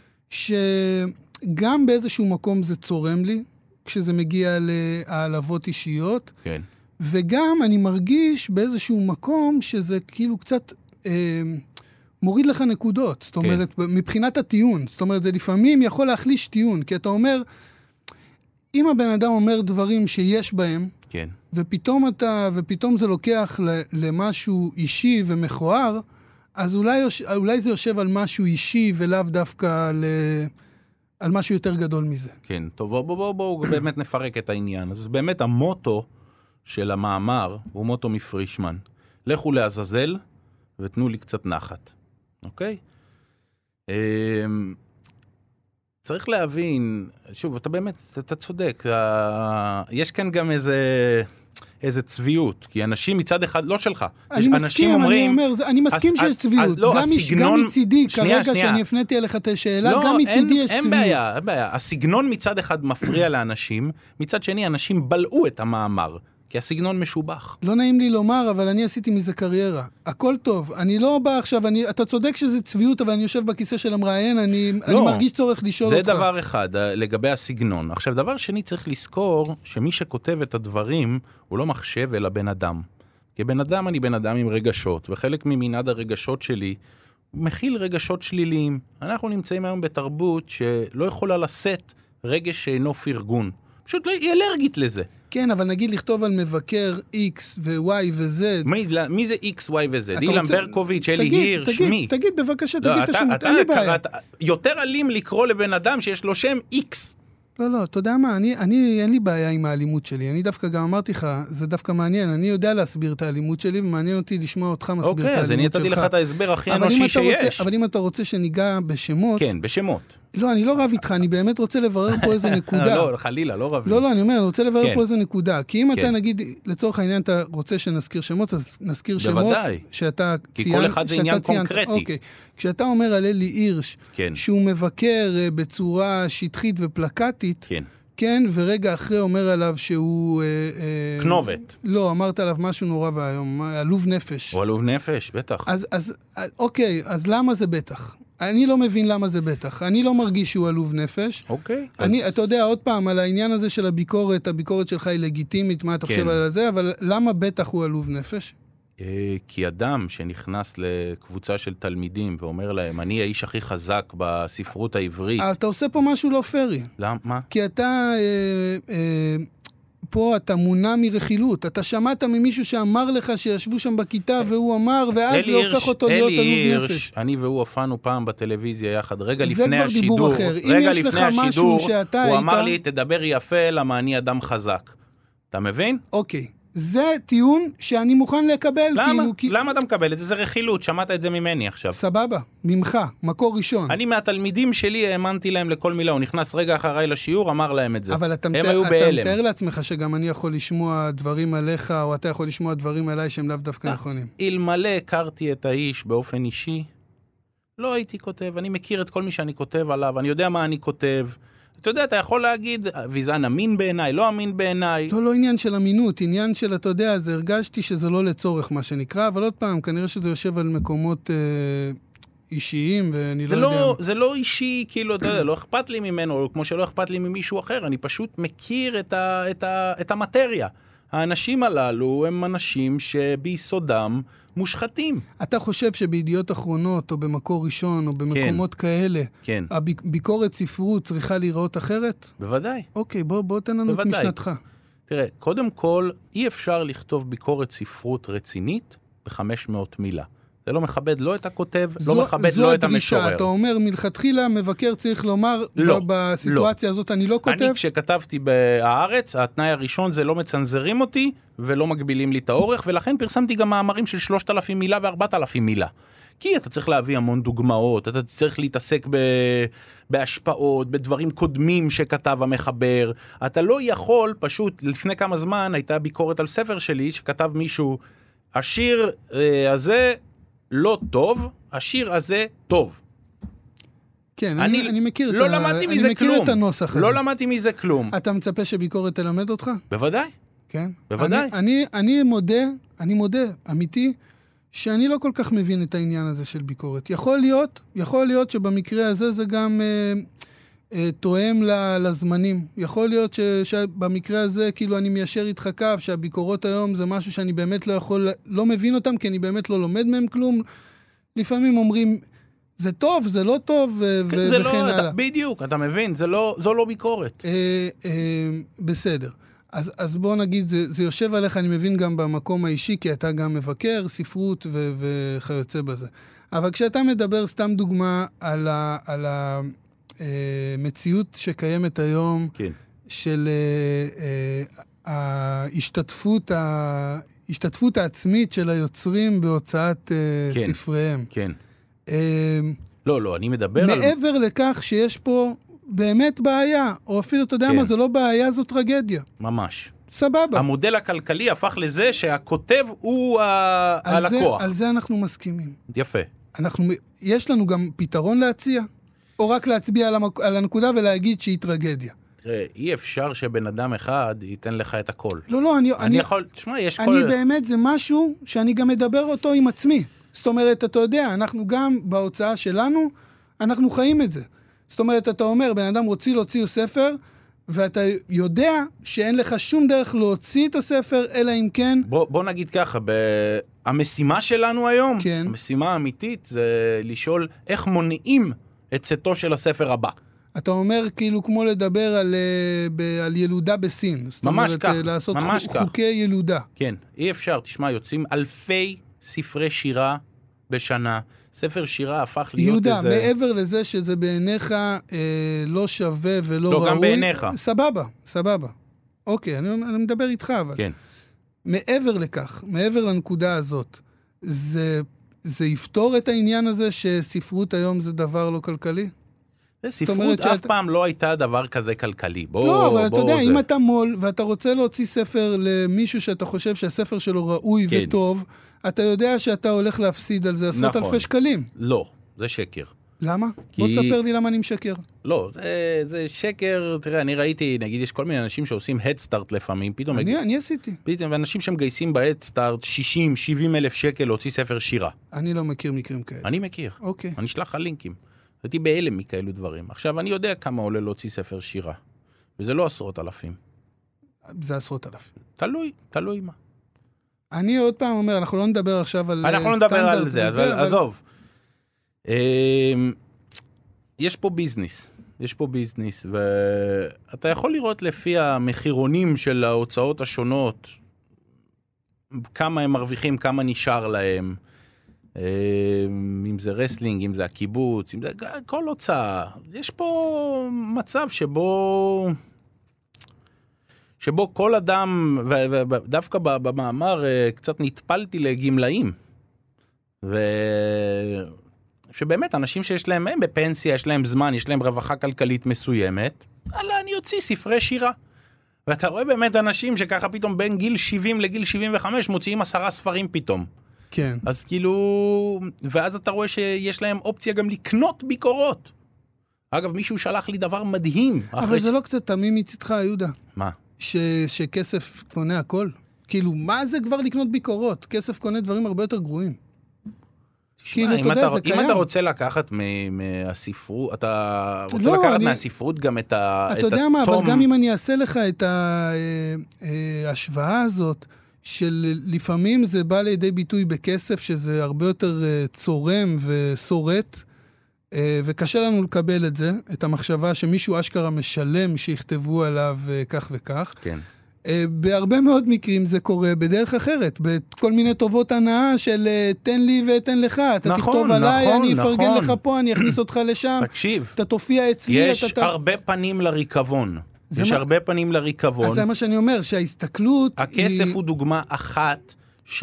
שגם באיזשהו מקום זה צורם לי, כשזה מגיע להעלבות אישיות, וגם אני מרגיש באיזשהו מקום שזה כאילו קצת מוריד לך נקודות, זאת אומרת, מבחינת הטיעון, זאת אומרת, זה לפעמים יכול להחליש טיעון, כי אתה אומר, אם הבן אדם אומר דברים שיש בהם, ופתאום זה לוקח למשהו אישי ומכוער, אז אולי זה יושב על משהו אישי ולאו דווקא על משהו יותר גדול מזה. כן, טוב, בואו באמת נפרק את העניין. אז באמת המוטו של המאמר הוא מוטו מפרישמן. לכו לעזאזל ותנו לי קצת נחת. אוקיי? צריך להבין, שוב, אתה באמת, אתה צודק, יש כאן גם איזה צביעות, כי אנשים מצד אחד, לא שלך, אני מסכים, אני מסכים שיש צביעות, גם מצידי, כרגע שאני הפניתי אליך את השאלה, גם מצידי יש צביעות. אין בעיה, הסגנון מצד אחד מפריע לאנשים, מצד שני אנשים בלעו את המאמר, כי הסגנון משובח. לא נעים לי לומר, אבל אני עשיתי מזה קריירה. הכל טוב. אני לא בא עכשיו, אתה צודק שזה צביעות, אבל אני יושב בכיסא של המראיין, אני מרגיש צורך לשאול אותך. זה דבר אחד, לגבי הסגנון. עכשיו, דבר שני צריך לזכור, שמי שכותב את הדברים, הוא לא מחשב אלא בן אדם. כבן אדם אני בן אדם עם רגשות, וחלק ממנעד הרגשות שלי, מכיל רגשות שליליים. אנחנו נמצאים היום בתרבות שלא יכולה לשאת רגש שאינו פרגון. פשוט היא אלרגית לזה. כן, אבל נגיד לכתוב על מבקר X ו-Y ו-Z. מי זה X, Y ו-Z? אילן ברקוביץ', אלי הירש, מי? תגיד, בבקשה, תגיד את השמות, אין לי בעיה. יותר אלים לקרוא לבן אדם שיש לו שם X. לא, אתה יודע מה, אין לי בעיה עם האלימות שלי. אני דווקא גם אמרתי לך, זה דווקא מעניין. אני יודע להסביר את האלימות שלי, ומעניין אותי לשמוע אותך מסביר את האלימות שלך. אוקיי, אז אני נתתי לך את ההסבר הכי אנושי שיש. אבל אם אתה רוצה שניגע בשמות... כן, בשמות. לא, אני לא רב איתך, אני באמת רוצה לברר פה איזה נקודה. לא, חלילה, לא רב. לא, אני אומר, אני רוצה לברר פה איזה נקודה. כי אם אתה, נגיד, לצורך העניין, אתה רוצה שנזכיר שמות, אז נזכיר שמות שאתה ציינת. כי כל אחד זה עניין קונקרטי. אוקיי. כשאתה אומר על אלי הירש, שהוא מבקר בצורה שטחית ופלקטית, כן, ורגע אחרי אומר עליו שהוא... כנובת. לא, אמרת עליו משהו נורא והיום, עלוב נפש. הוא עלוב נפש, בטח. אז, אוקיי, אז למה זה בטח? אני לא מבין למה זה בטח. אני לא מרגיש שהוא עלוב נפש. אוקיי. אתה יודע, עוד פעם, על העניין הזה של הביקורת שלך היא לגיטימית, מה אתה חושב על זה, אבל למה בטח הוא עלוב נפש? כי אדם שנכנס לקבוצה של תלמידים ואומר להם, אני האיש הכי חזק בספרות העברית. אתה עושה פה משהו לא פרי. למה? כי אתה... פה אתה מונע מרכילות. אתה שמעת ממישהו שאמר לך שישבו שם בכיתה והוא אמר, ואז זה הופך אותו להיות עלוב נפש. אני והוא הופענו פעם בטלוויזיה יחד, רגע לפני השידור. זה כבר דיבור אחר. אם יש לך משהו שאתה היית... הוא אמר לי, תדבר יפה, למה אני אדם חזק. אתה מבין? אוקיי. זה טיעון שאני מוכן לקבל. למה? למה אתה מקבל את זה? זה רכילות, שמעת את זה ממני עכשיו. סבבה, ממך, מקור ראשון. אני מהתלמידים שלי האמנתי להם לכל מילה, הוא נכנס רגע אחריי לשיעור, אמר להם את זה. אבל אתה מתאר לעצמך שגם אני יכול לשמוע דברים עליך, או אתה יכול לשמוע דברים עליי שהם לאו דווקא נכונים. אלמלא הכרתי את האיש באופן אישי, לא הייתי כותב, אני מכיר את כל מי שאני כותב עליו, אני יודע מה אני כותב, אתה יודע, אתה יכול להגיד, ויזן אמין בעיניי, לא אמין בעיניי. לא עניין של אמינות, עניין של, אתה יודע, אז הרגשתי שזה לא לצורך מה שנקרא, אבל עוד פעם, כנראה שזה יושב על מקומות אישיים, ואני לא יודע... זה לא אישי, כאילו, אתה יודע, לא אכפת לי ממנו, או כמו שלא אכפת לי ממישהו אחר, אני פשוט מכיר את המטריה. האנשים הללו הם אנשים שביסודם מושחתים. אתה חושב שבידיעות אחרונות, או במקור ראשון, או במקומות כאלה, הביקורת ספרות צריכה להיראות אחרת? בוודאי. אוקיי, בוא תן לנו את משנתך. תראה, קודם כל, אי אפשר לכתוב ביקורת ספרות רצינית ב-500 מילה. זה לא מכבד לא את הכותב, לא מכבד לא את המשורר. זו הדרישה, אתה אומר, מלכתחילה מבקר צריך לומר, לא, בסיטואציה הזאת אני לא כותב? אני כשכתבתי בהארץ, התנאי הראשון זה לא מצנזרים אותי, ולא מגבילים לי את האורך, ולכן פרסמתי גם מאמרים של 3,000 מילה ו4,000 מילה. כי אתה צריך להביא המון דוגמאות, אתה צריך להתעסק בהשפעות, בדברים קודמים שכתב המחבר. אתה לא יכול, פשוט, לפני כמה זמן הייתה ביקורת על ספר שלי, שכתב מישהו, השיר הזה לא טוב, השיר הזה טוב. כן, אני מכיר לא למדתי מזה כלום. את הנוסח הזה. לא למדתי מזה כלום. אתה מצפה שביקורת תלמד אותך? בוודאי. כן. בוודאי. אני מודה, אמיתי, שאני לא כל כך מבין את העניין הזה של ביקורת. יכול להיות שבמקרה הזה זה גם תואם לזמנים. יכול להיות שבמקרה הזה, כאילו אני מיישר איתך קו, שהביקורות היום זה משהו שאני באמת לא מבין אותם, כי אני באמת לא לומד מהם כלום. לפעמים אומרים, זה טוב, זה לא טוב, וכן הלאה. בדיוק, אתה מבין, זו לא ביקורת. בסדר. אז בוא נגיד, זה יושב עליך, אני מבין גם במקום האישי, כי אתה גם מבקר, ספרות וכיוצא בזה. אבל כשאתה מדבר, סתם דוגמה, על המציאות שקיימת היום, כן. של ההשתתפות העצמית של היוצרים בהוצאת כן, ספריהם. כן. לא, אני מדבר על... מעבר לכך שיש פה... באמת בעיה, או אפילו, אתה יודע כן. מה, זה לא בעיה, זו טרגדיה. ממש. סבבה. המודל הכלכלי הפך לזה שהכותב הוא הלקוח. על זה אנחנו מסכימים. יפה. יש לנו גם פתרון להציע, או רק להצביע על הנקודה ולהגיד שהיא טרגדיה. תראה, אי אפשר שבן אדם אחד ייתן לך את הכל. לא, אני יכול, תשמע, יש כל... אני באמת, זה משהו שאני גם מדבר אותו עם עצמי. זאת אומרת, אתה יודע, אנחנו גם בהוצאה שלנו, אנחנו חיים את זה. זאת אומרת, אתה אומר, בן אדם רוצה להוציא ספר, ואתה יודע שאין לך שום דרך להוציא את הספר, אלא אם כן... בוא נגיד ככה, המשימה שלנו היום, כן. המשימה האמיתית, זה לשאול איך מונעים את צאתו של הספר הבא. אתה אומר כאילו כמו לדבר על ילודה בסין. ממש כך, לעשות ממש כך. חוקי ילודה. כן, אי אפשר, תשמע, יוצאים אלפי ספרי שירה בשנה, ספר שירה הפך להיות יהודה, איזה... יהודה, מעבר לזה שזה בעיניך לא שווה ולא ראוי... לא, גם בעיניך. סבבה. אוקיי, אני מדבר איתך, אבל... כן. מעבר לכך, מעבר לנקודה הזאת, זה יפתור את העניין הזה שספרות היום זה דבר לא כלכלי? ספרות אף פעם לא הייתה דבר כזה כלכלי. לא, אבל אתה יודע, אם אתה מול ואתה רוצה להוציא ספר למישהו שאתה חושב שהספר שלו ראוי וטוב, אתה יודע שאתה הולך להפסיד על זה עשרות אלפי שקלים. לא, זה שקר. למה? בוא תספר לי למה אני משקר. לא, זה שקר, תראה, אני ראיתי, נגיד, יש כל מיני אנשים שעושים הדסטארט לפעמים, פתאום... אני עשיתי. פתאום, ואנשים שמגייסים בהדסטארט 60-70 אלף שקל להוציא ספר שירה. אני לא מכיר מקרים כאלה. אני מכיר. אוקיי. אני אשלח לך לינקים. הייתי בהלם מכאלו דברים. עכשיו, אני יודע כמה עולה להוציא ספר שירה. וזה לא 10,000. זה 10,000. תלוי מה. אני עוד פעם אומר, אנחנו לא נדבר עכשיו על... אנחנו לא נדבר על זה, אז עזוב. יש פה ביזנס, ואתה יכול לראות לפי המחירונים של ההוצאות השונות, כמה הם מרוויחים, כמה נשאר להם, אם זה רסלינג, אם זה הקיבוץ, אם זה כל הוצאה. יש פה מצב שבו כל אדם, ודווקא במאמר קצת נטפלתי לגמלאים, שבאמת אנשים שיש להם, הם בפנסיה, יש להם זמן, יש להם רווחה כלכלית מסוימת, אני אוציא ספרי שירה. ואתה רואה באמת אנשים שככה פתאום בין גיל 70 לגיל 75 מוציאים 10 ספרים פתאום. כן. אז כאילו, ואז אתה רואה שיש להם אופציה גם לקנות ביקורות. אגב, מישהו שלח לי דבר מדהים. אבל זה לא קצת תמים מצדך, יהודה. מה? שכסף קונה הכל? כאילו, מה זה כבר לקנות ביקורות? כסף קונה דברים הרבה יותר גרועים. כאילו, אתה יודע, זה קיים. אם אתה רוצה לקחת מהספרות, אתה רוצה לקחת מהספרות גם את התום... אתה יודע מה, אבל גם אם אני אעשה לך את ההשוואה הזאת, שלפעמים זה בא לידי ביטוי בכסף, שזה הרבה יותר צורם וסורט, וקשה לנו לקבל את זה, את המחשבה שמישהו אשכרה משלם שיכתבו עליו כך וכך. כן. בהרבה מאוד מקרים זה קורה בדרך אחרת, בכל מיני טובות הנאה של תן לי ותן לך, אתה תכתוב עליי, אני אפרגן לך פה, אני אכניס אותך לשם, תקשיב, אתה תופיע אצלי. יש הרבה פנים לריקבון. יש הרבה פנים לריקבון. אז זה מה שאני אומר, שההסתכלות... הכסף הוא דוגמה אחת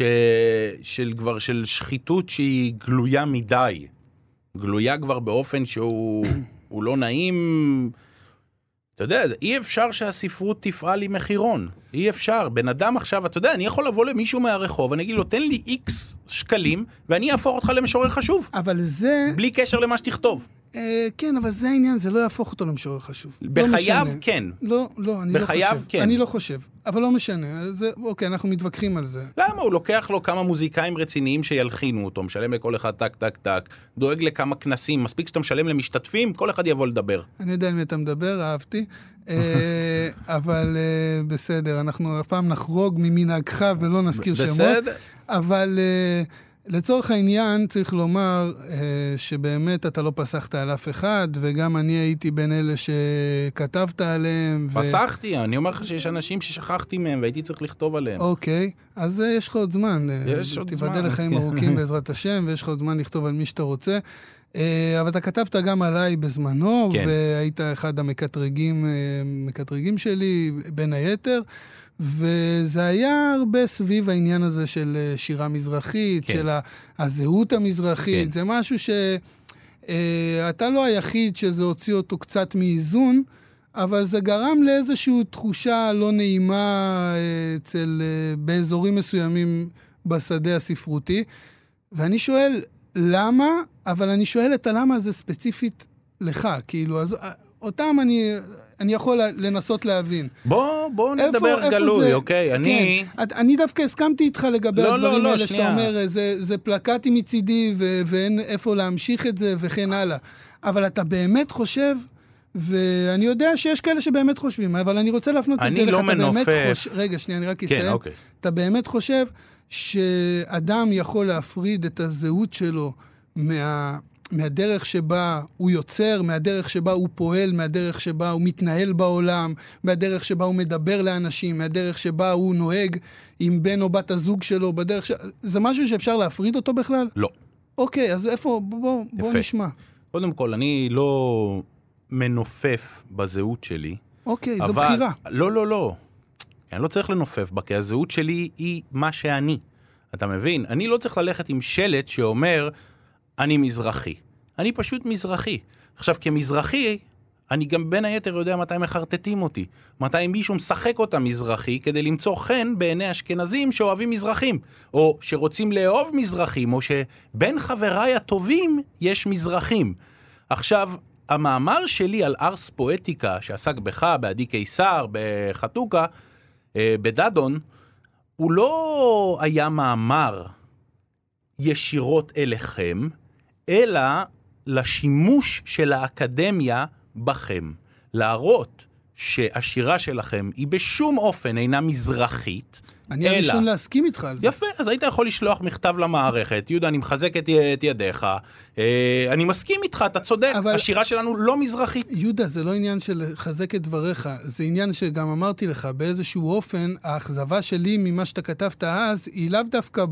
של שחיתות שהיא גלויה מדי. גלויה כבר באופן שהוא לא נעים. אתה יודע, אי אפשר שהספרות תפעל עם מחירון. אי אפשר. בן אדם עכשיו, אתה יודע, אני יכול לבוא למישהו מהרחוב, אני אגיד לו, תן לי X שקלים, ואני אהפוך אותך למשורר חשוב. אבל זה... בלי קשר למה שתכתוב. כן, אבל זה העניין, זה לא יהפוך אותו למשורר חשוב. בחייו כן. לא, אני לא חושב. כן. אני לא חושב, אבל לא משנה. אוקיי, אנחנו מתווכחים על זה. למה? הוא לוקח לו כמה מוזיקאים רציניים שילחינו אותו, משלם לכל אחד טק, טק, טק, דואג לכמה כנסים, מספיק שאתה משלם למשתתפים, כל אחד יבוא לדבר. אני יודע על מי אתה מדבר, אהבתי. אבל בסדר, אנחנו הפעם נחרוג ממנהגך ולא נזכיר שמות. בסדר. אבל... לצורך העניין צריך לומר שבאמת אתה לא פסחת על אף אחד, וגם אני הייתי בין אלה שכתבת עליהם. פסחתי, אני אומר לך שיש אנשים ששכחתי מהם והייתי צריך לכתוב עליהם. אוקיי, אז יש לך עוד זמן. יש עוד זמן. תיבדל לחיים ארוכים בעזרת השם, ויש לך עוד זמן לכתוב על מי שאתה רוצה. אבל אתה כתבת גם עליי בזמנו, כן. והיית אחד המקטרגים שלי, בין היתר. וזה היה הרבה סביב העניין הזה של שירה מזרחית, כן. של הזהות המזרחית. כן. זה משהו שאתה לא היחיד שזה הוציא אותו קצת מאיזון, אבל זה גרם לאיזושהי תחושה לא נעימה באזורים מסוימים בשדה הספרותי. ואני שואל למה, אבל אני שואל את הלמה הזה ספציפית לך. כאילו, אז... אותם אני יכול לנסות להבין. בוא נדבר גלוי, אוקיי? אני דווקא הסכמתי איתך לגבי הדברים האלה שאתה אומר, זה פלקטי מצידי ואין איפה להמשיך את זה וכן הלאה. אבל אתה באמת חושב, ואני יודע שיש כאלה שבאמת חושבים, אבל אני רוצה להפנות את זה לך. אני לא מנופף. רגע, שנייה, אני רק אסיים. אתה באמת חושב שאדם יכול להפריד את הזהות שלו מהדרך שבה הוא יוצר, מהדרך שבה הוא פועל, מהדרך שבה הוא מתנהל בעולם, מהדרך שבה הוא מדבר לאנשים, מהדרך שבה הוא נוהג עם בן או בת הזוג שלו, זה משהו שאפשר להפריד אותו בכלל? לא. אוקיי, אז איפה? בוא נשמע. קודם כל, אני לא מנופף בזהות שלי. אוקיי, זו בחירה. לא. אני לא צריך לנופף בה, כי הזהות שלי היא מה שאני. אתה מבין? אני לא צריך ללכת עם שלט שאומר... אני מזרחי. אני פשוט מזרחי. עכשיו, כמזרחי, אני גם בין היתר יודע מתי מחרטטים אותי. מתי מישהו משחק אותה מזרחי, כדי למצוא חן בעיני אשכנזים שאוהבים מזרחים. או שרוצים לאהוב מזרחים, או שבין חבריי הטובים יש מזרחים. עכשיו, המאמר שלי על ארס פואטיקה, שעסק בך, בעדי קיסר, בחתוקה, בדדון, הוא לא היה מאמר ישירות אליכם, אלא לשימוש של האקדמיה בכם. להראות שהשירה שלכם היא בשום אופן אינה מזרחית, אני הראשון להסכים איתך על זה. יפה, אז היית יכול לשלוח מכתב למערכת, יהודה, אני מחזק את ידיך, אני מסכים איתך, אתה צודק, השירה שלנו לא מזרחית. יהודה, זה לא עניין של לחזק את דבריך, זה עניין שגם אמרתי לך, באיזשהו אופן, האכזבה שלי ממה שאתה כתבת אז, היא לאו דווקא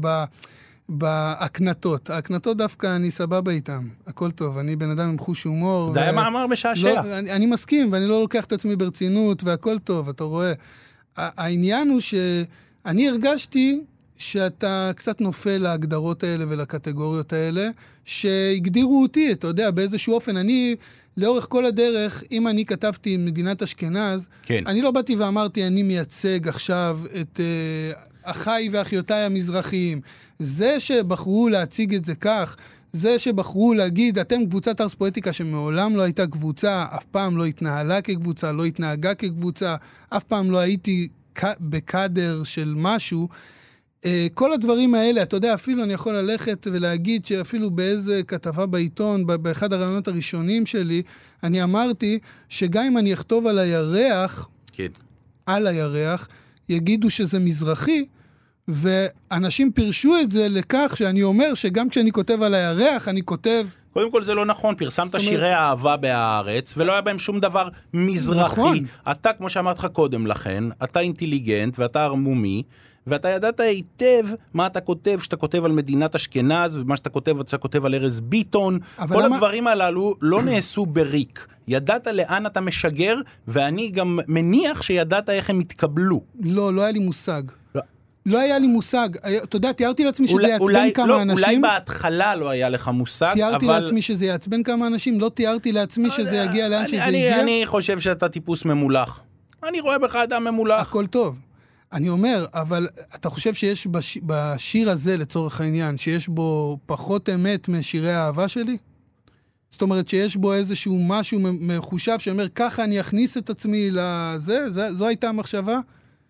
בהקנטות. ההקנטות דווקא אני סבבה איתם. הכל טוב, אני בן אדם עם חוש הומור. זה היה מאמר בשעשע. אני מסכים, ואני לא לוקח את עצמי ברצינות, והכל טוב, אתה רואה. העניין הוא שאני הרגשתי שאתה קצת נופל להגדרות האלה ולקטגוריות האלה, שהגדירו אותי, אתה יודע, באיזשהו אופן. אני, לאורך כל הדרך, אם אני כתבתי מדינת אשכנז, כן. אני לא באתי ואמרתי, אני מייצג עכשיו את אחיי ואחיותיי המזרחיים. זה שבחרו להציג את זה כך, זה שבחרו להגיד, אתם קבוצת ארס פואטיקה שמעולם לא הייתה קבוצה, אף פעם לא התנהלה כקבוצה, לא התנהגה כקבוצה, אף פעם לא הייתי בקדר של משהו, כל הדברים האלה, אתה יודע, אפילו אני יכול ללכת ולהגיד שאפילו באיזה כתבה בעיתון, באחד הרעיונות הראשונים שלי, אני אמרתי שגם אם אני אכתוב על הירח, כן. על הירח, יגידו שזה מזרחי, ואנשים פירשו את זה לכך שאני אומר שגם כשאני כותב על הירח, אני כותב... קודם כל זה לא נכון, פרסמת שירי אהבה בהארץ, ולא היה בהם שום דבר מזרחי. נכון. אתה, כמו שאמרת לך קודם לכן, אתה אינטליגנט ואתה ערמומי, ואתה ידעת היטב מה אתה כותב, שאתה כותב על מדינת אשכנז, ומה שאתה כותב על ארז ביטון, כל הדברים הללו לא נעשו בריק. ידעת לאן אתה משגר, ואני גם מניח שידעת איך הם התקבלו. לא היה לי מושג. לא היה לי מושג. אתה יודע, תיארתי לעצמי שזה יעצבן כמה אנשים. אולי בהתחלה לא היה לך מושג, תיארתי לעצמי שזה יעצבן כמה אנשים, לא תיארתי לעצמי שזה יגיע לאן שזה הגיע. אני חושב שאתה טיפוס ממולח. אני רואה בך אדם ממולח. הכל טוב. אני אומר, אבל אתה חושב שיש בשיר הזה, לצורך העניין, שיש בו פחות אמת משירי האהבה שלי? זאת אומרת שיש בו איזשהו משהו מחושב שאומר, ככה אני אכניס את עצמי לזה? זו הייתה המחשבה?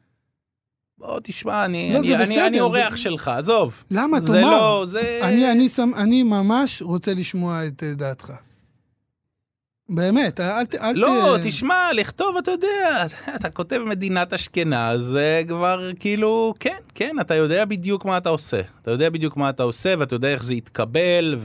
בוא תשמע, אני אורח שלך, עזוב. למה? תאמר. אני ממש רוצה לשמוע את דעתך. באמת, לא, תשמע, לכתוב, אתה יודע, אתה כותב מדינת אשכנז, זה כבר כאילו, כן, אתה יודע בדיוק מה אתה עושה. אתה יודע בדיוק מה אתה עושה, ואתה יודע איך זה יתקבל,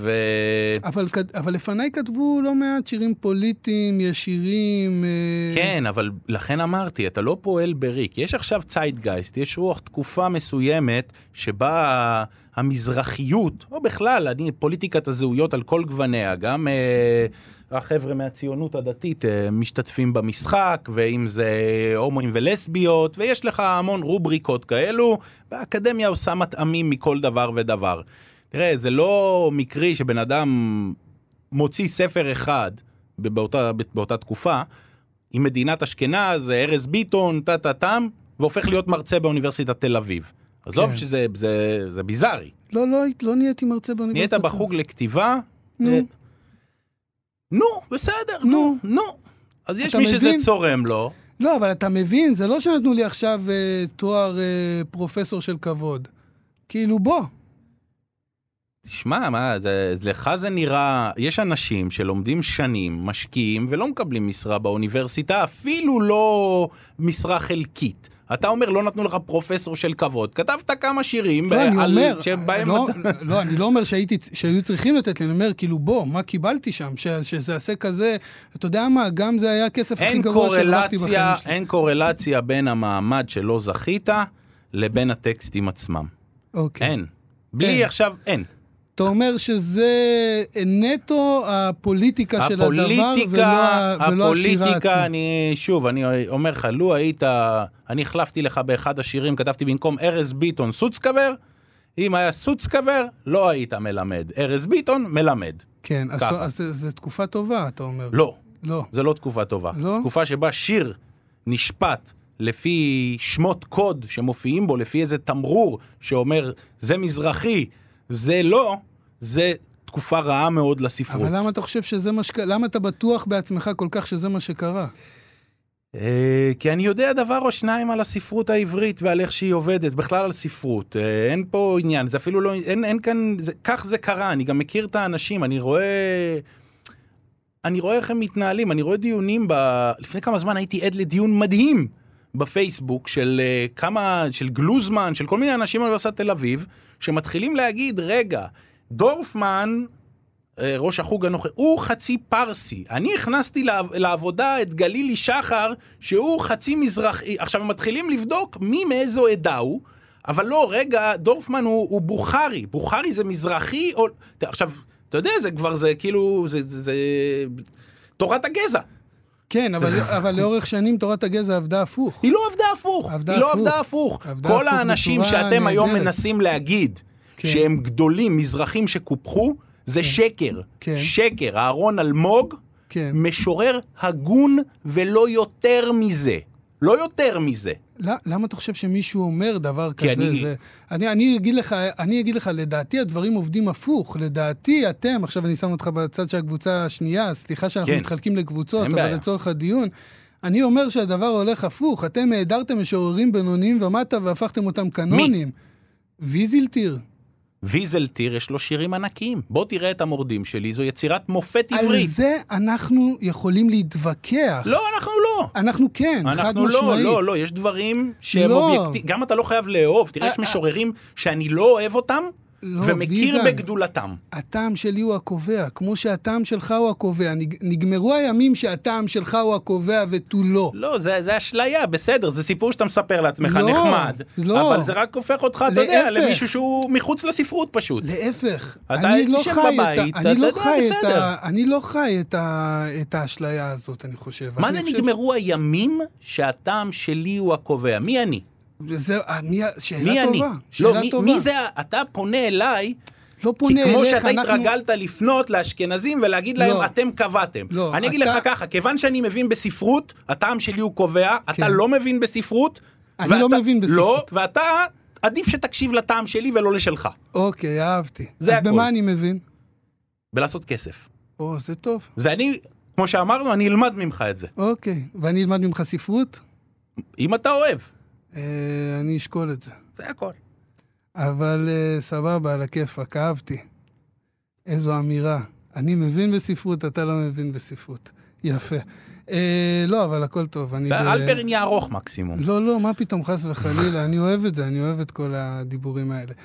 אבל לפניי כתבו לא מעט שירים פוליטיים, ישירים... כן, אבל לכן אמרתי, אתה לא פועל בריק. יש עכשיו צייטגייסט, יש רוח תקופה מסוימת, שבה המזרחיות, או בכלל, פוליטיקת הזהויות על כל גווניה, גם... החבר'ה מהציונות הדתית משתתפים במשחק, ואם זה הומואים ולסביות, ויש לך המון רובריקות כאלו, והאקדמיה עושה מטעמים מכל דבר ודבר. תראה, זה לא מקרי שבן אדם מוציא ספר אחד באותה תקופה, עם מדינת אשכנז, ארז ביטון, טה-טה-טם, והופך להיות מרצה באוניברסיטת תל אביב. עזוב שזה ביזארי. לא נהייתי מרצה באוניברסיטת. נהיית בחוג לכתיבה, נו, בסדר, נו. אז יש מי שזה צורם לו. לא, אבל אתה מבין, זה לא שנתנו לי עכשיו תואר פרופסור של כבוד. כאילו בוא. תשמע, לך זה נראה, יש אנשים שלומדים שנים, משקיעים, ולא מקבלים משרה באוניברסיטה, אפילו לא משרה חלקית. אתה אומר, לא נתנו לך פרופסור של כבוד. כתבת כמה שירים. אני לא אומר שהיו צריכים לתת לי, אני אומר, כאילו בוא, מה קיבלתי שם? שזה עשה כזה, אתה יודע מה, גם זה היה הכסף הכי גבוה שהלכתי בחיים שלי. אין קורלציה בין המעמד שלא זכית, לבין הטקסטים עצמם. אין. בלי עכשיו, אין. אתה אומר שזה נטו הפוליטיקה של הדבר ולא השירה עצמה. אני אומר לך, אני החלפתי לך באחד השירים, כתבתי במקום ארז ביטון סוצקבר, אם היה סוצקבר, לא היית מלמד. ארז ביטון מלמד. כן, אז זו תקופה טובה, אתה אומר. לא, זה לא תקופה טובה. תקופה שבה שיר נשפט לפי שמות קוד שמופיעים בו, לפי איזה תמרור שאומר, זה מזרחי, זה לא, זה תקופה רעה מאוד לספרות. אבל למה אתה חושב שזה למה אתה בטוח בעצמך כל כך שזה מה שקרה? כי אני יודע דבר או שניים על הספרות העברית ועל איך שהיא עובדת, בכלל על ספרות. אין פה עניין, זה אפילו לא, אין כאן, כך זה קרה, אני גם מכיר את האנשים, אני רואה איך הם מתנהלים, אני רואה דיונים, לפני כמה זמן הייתי עד לדיון מדהים בפייסבוק של גלוזמן, של כל מיני אנשים באוניברסיטת תל אביב, שמתחילים להגיד, רגע, דורפמן, ראש החוג הנוכחי, הוא חצי פרסי. אני הכנסתי לעבודה את גלילי שחר, שהוא חצי מזרחי. עכשיו, הם מתחילים לבדוק מי מאיזו עדה הוא, אבל לא, רגע, דורפמן הוא בוכרי. בוכרי זה מזרחי, או... עכשיו, אתה יודע, זה כבר, זה כאילו, זה תורת הגזע. כן, אבל לאורך שנים תורת הגזע עבדה הפוך. היא לא עבדה הפוך. כל האנשים שאתם היום מנסים להגיד שהם גדולים, מזרחים שקופחו, זה שקר. שקר. אהרון אלמוג משורר הגון ולא יותר מזה. לא יותר מזה. למה אתה חושב שמישהו אומר דבר כזה? אני אגיד לך, לדעתי הדברים עובדים הפוך. לדעתי אתם, עכשיו אני שם אותך בצד של הקבוצה השנייה, סליחה שאנחנו מתחלקים לקבוצות, אבל לצורך הדיון, אני אומר שהדבר הולך הפוך. אתם העדרתם משוררים בינוניים ומטה והפכתם אותם קנונים. ויזלטיר. ויזלטיר יש לו שירים ענקיים. בוא תראה את המורדים שלי, זו יצירת מופת עברית. על זה אנחנו יכולים להתווכח. לא, אנחנו לא. אנחנו כן, חד משמעית. לא, יש דברים שהם אובייקטיביים. גם אתה לא חייב לאהוב. תראה, יש משוררים שאני לא אוהב אותם, ומכיר בגדולתם. הטעם שלי הוא הקובע, כמו שהטעם שלך הוא הקובע. נגמרו הימים שהטעם שלך הוא הקובע ותו לא. לא, זה אשליה, בסדר, זה סיפור שאתה מספר לעצמך, נחמד. לא. אבל זה רק הופך אותך, אתה יודע, למישהו שהוא מחוץ לספרות פשוט. להפך. אני לא חי את האשליה הזאת, אני חושב. מה זה נגמרו הימים שהטעם שלי הוא הקובע? מי אני? שאלה טובה. לא, מי זה? אתה פונה אליי, לא פונה אליך, כי כמו שאתה התרגלת לפנות לאשכנזים ולהגיד להם, אתם קבעתם. אני אגיד לך ככה, כיוון שאני מבין בספרות, הטעם שלי הוא קובע, אתה לא מבין בספרות, אני לא מבין בספרות. לא, ואתה עדיף שתקשיב לטעם שלי ולא לשלך. אוקיי, אהבתי. אז הכל. במה אני מבין? בלעשות כסף. זה טוב. ואני, כמו שאמרנו, אני אלמד ממך את זה. אוקיי, ואני אלמד ממך ספרות? אם אתה אוהב. אני אשקול את זה. זה הכל. אבל סבבה, על הכיפק, אהבתי. איזו אמירה. אני מבין בספרות, אתה לא מבין בספרות. יפה. לא, אבל הכל טוב. אלפרין יערוך מקסימום. לא, מה פתאום חס וחלילה? אני אוהב את זה, אני אוהב את כל הדיבורים האלה.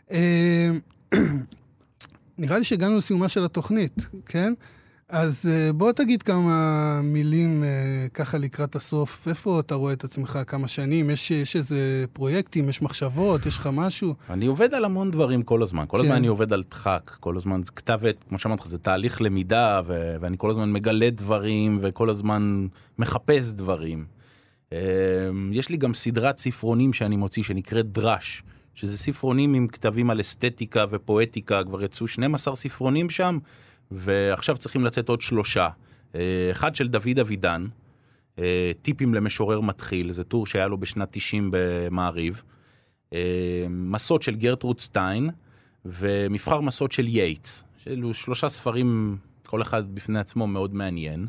נראה לי שהגענו לסיומה של התוכנית, כן? אז בוא תגיד כמה מילים ככה לקראת הסוף. איפה אתה רואה את עצמך כמה שנים? יש איזה פרויקטים, יש מחשבות, יש לך משהו? אני עובד על המון דברים כל הזמן. כל הזמן אני עובד על דחק. כל הזמן זה כתבת, כמו שאמרת לך, זה תהליך למידה, ואני כל הזמן מגלה דברים, וכל הזמן מחפש דברים. יש לי גם סדרת ספרונים שאני מוציא, שנקראת דרש, שזה ספרונים עם כתבים על אסתטיקה ופואטיקה. כבר יצאו 12 ספרונים שם, ועכשיו צריכים לצאת עוד 3. אחד של דוד אבידן, טיפים למשורר מתחיל, זה טור שהיה לו בשנת 90 במעריב, מסות של גרטרוד סטיין, ומבחר מסות של יייטס, שאלו 3 ספרים, כל אחד בפני עצמו מאוד מעניין.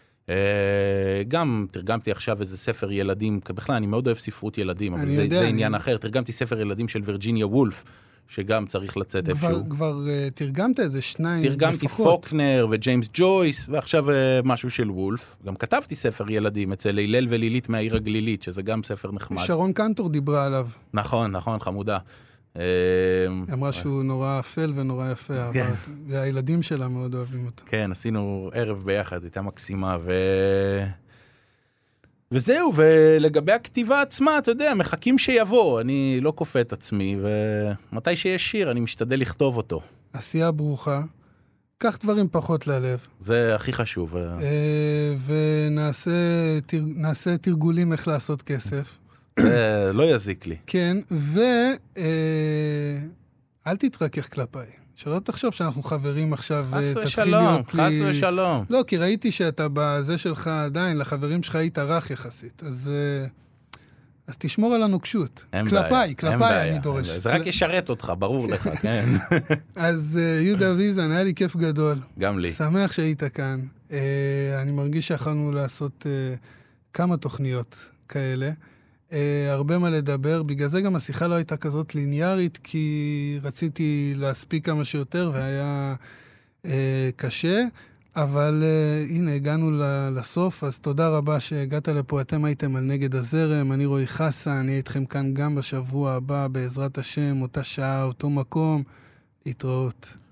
גם תרגמתי עכשיו איזה ספר ילדים, בכלל אני מאוד אוהב ספרות ילדים, אבל זה עניין אחר. תרגמתי ספר ילדים של וירג'יניה וולף, שגם צריך לצאת איפשהו. כבר תרגמת איזה 2 לפחות. תרגמתי פוקנר וג'יימס ג'ויס, ועכשיו משהו של וולף. גם כתבתי ספר ילדים אצל לילל ולילית מהעיר הגלילית, שזה גם ספר נחמד. שרון קנטור דיברה עליו. נכון, חמודה. אמרה שהוא נורא אפל ונורא יפה, והילדים שלה מאוד אוהבים אותו. כן, עשינו ערב ביחד, הייתה מקסימה, וזהו, ולגבי הכתיבה עצמה, אתה יודע, מחכים שיבוא, אני לא כופה את עצמי, ומתי שיש שיר, אני משתדל לכתוב אותו. עשייה ברוכה, קח דברים פחות ללב. זה הכי חשוב. ונעשה תרגולים איך לעשות כסף. זה לא יזיק לי. כן, אל תתרכך כלפיי. שלא תחשוב שאנחנו חברים עכשיו, תתחיל להיות לי... חס ושלום. לא, כי ראיתי שאתה בזה שלך עדיין, לחברים שלך היית רך יחסית. אז תשמור על הנוקשות. כלפיי אני דורש. זה רק ישרת אותך, ברור לך, כן. אז יהודה ויזן, היה לי כיף גדול. גם לי. שמח שהיית כאן. אני מרגיש שיכולנו לעשות כמה תוכניות כאלה. הרבה מה לדבר, בגלל זה גם השיחה לא הייתה כזאת ליניארית, כי רציתי להספיק כמה שיותר והיה קשה, אבל הנה הגענו לסוף, אז תודה רבה שהגעת לפה, אתם הייתם על נגד הזרם, אני רועי חסן, אני איתכם כאן גם בשבוע הבא, בעזרת השם, אותה שעה, אותו מקום, להתראות.